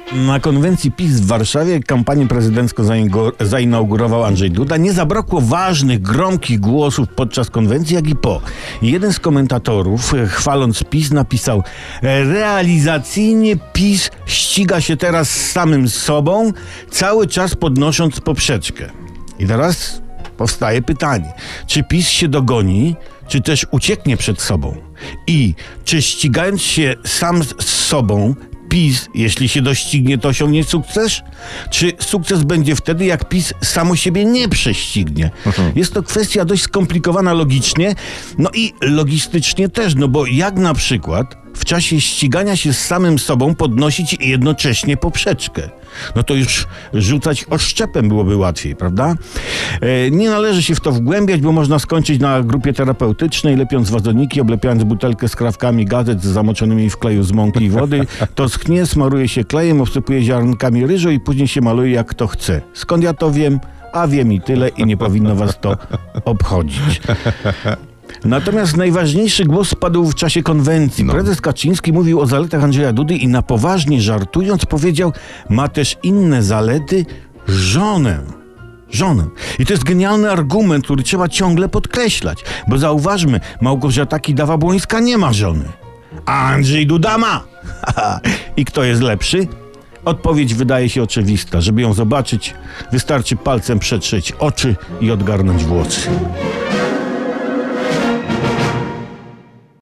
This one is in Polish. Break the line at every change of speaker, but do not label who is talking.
Na konwencji PiS w Warszawie kampanię prezydencką zainaugurował Andrzej Duda. Nie zabrakło ważnych, gromkich głosów podczas konwencji, jak i po. Jeden z komentatorów, chwaląc PiS, napisał: realizacyjnie PiS ściga się teraz z samym sobą, cały czas podnosząc poprzeczkę. I teraz powstaje pytanie, czy PiS się dogoni, czy też ucieknie przed sobą? I czy ścigając się sam z sobą, PiS, jeśli się doścignie, to osiągnie sukces? Czy sukces będzie wtedy, jak PiS samo siebie nie prześcignie? Jest to kwestia dość skomplikowana logicznie, no i logistycznie też, no bo jak na przykład w czasie ścigania się z samym sobą podnosić jednocześnie poprzeczkę? No to już rzucać oszczepem byłoby łatwiej, prawda? Nie należy się w to wgłębiać, bo można skończyć na grupie terapeutycznej, lepiąc wazoniki, oblepiając butelkę skrawkami gazet zamoczonymi w kleju z mąki i wody. To schnie, smaruje się klejem, obsypuje ziarnkami ryżu i później się maluje jak kto chce. Skąd ja to wiem? A wiem i tyle i nie powinno was to obchodzić. Natomiast najważniejszy głos padł w czasie konwencji. Prezes Kaczyński mówił o zaletach Andrzeja Dudy i na poważnie żartując powiedział: ma też inne zalety, żonę. I to jest genialny argument, który trzeba ciągle podkreślać. Bo zauważmy, Małgorzata Kidawa-Błońska nie ma żony, a Andrzej Duda ma. I kto jest lepszy? Odpowiedź wydaje się oczywista. Żeby ją zobaczyć, wystarczy palcem przetrzeć oczy i odgarnąć włosy.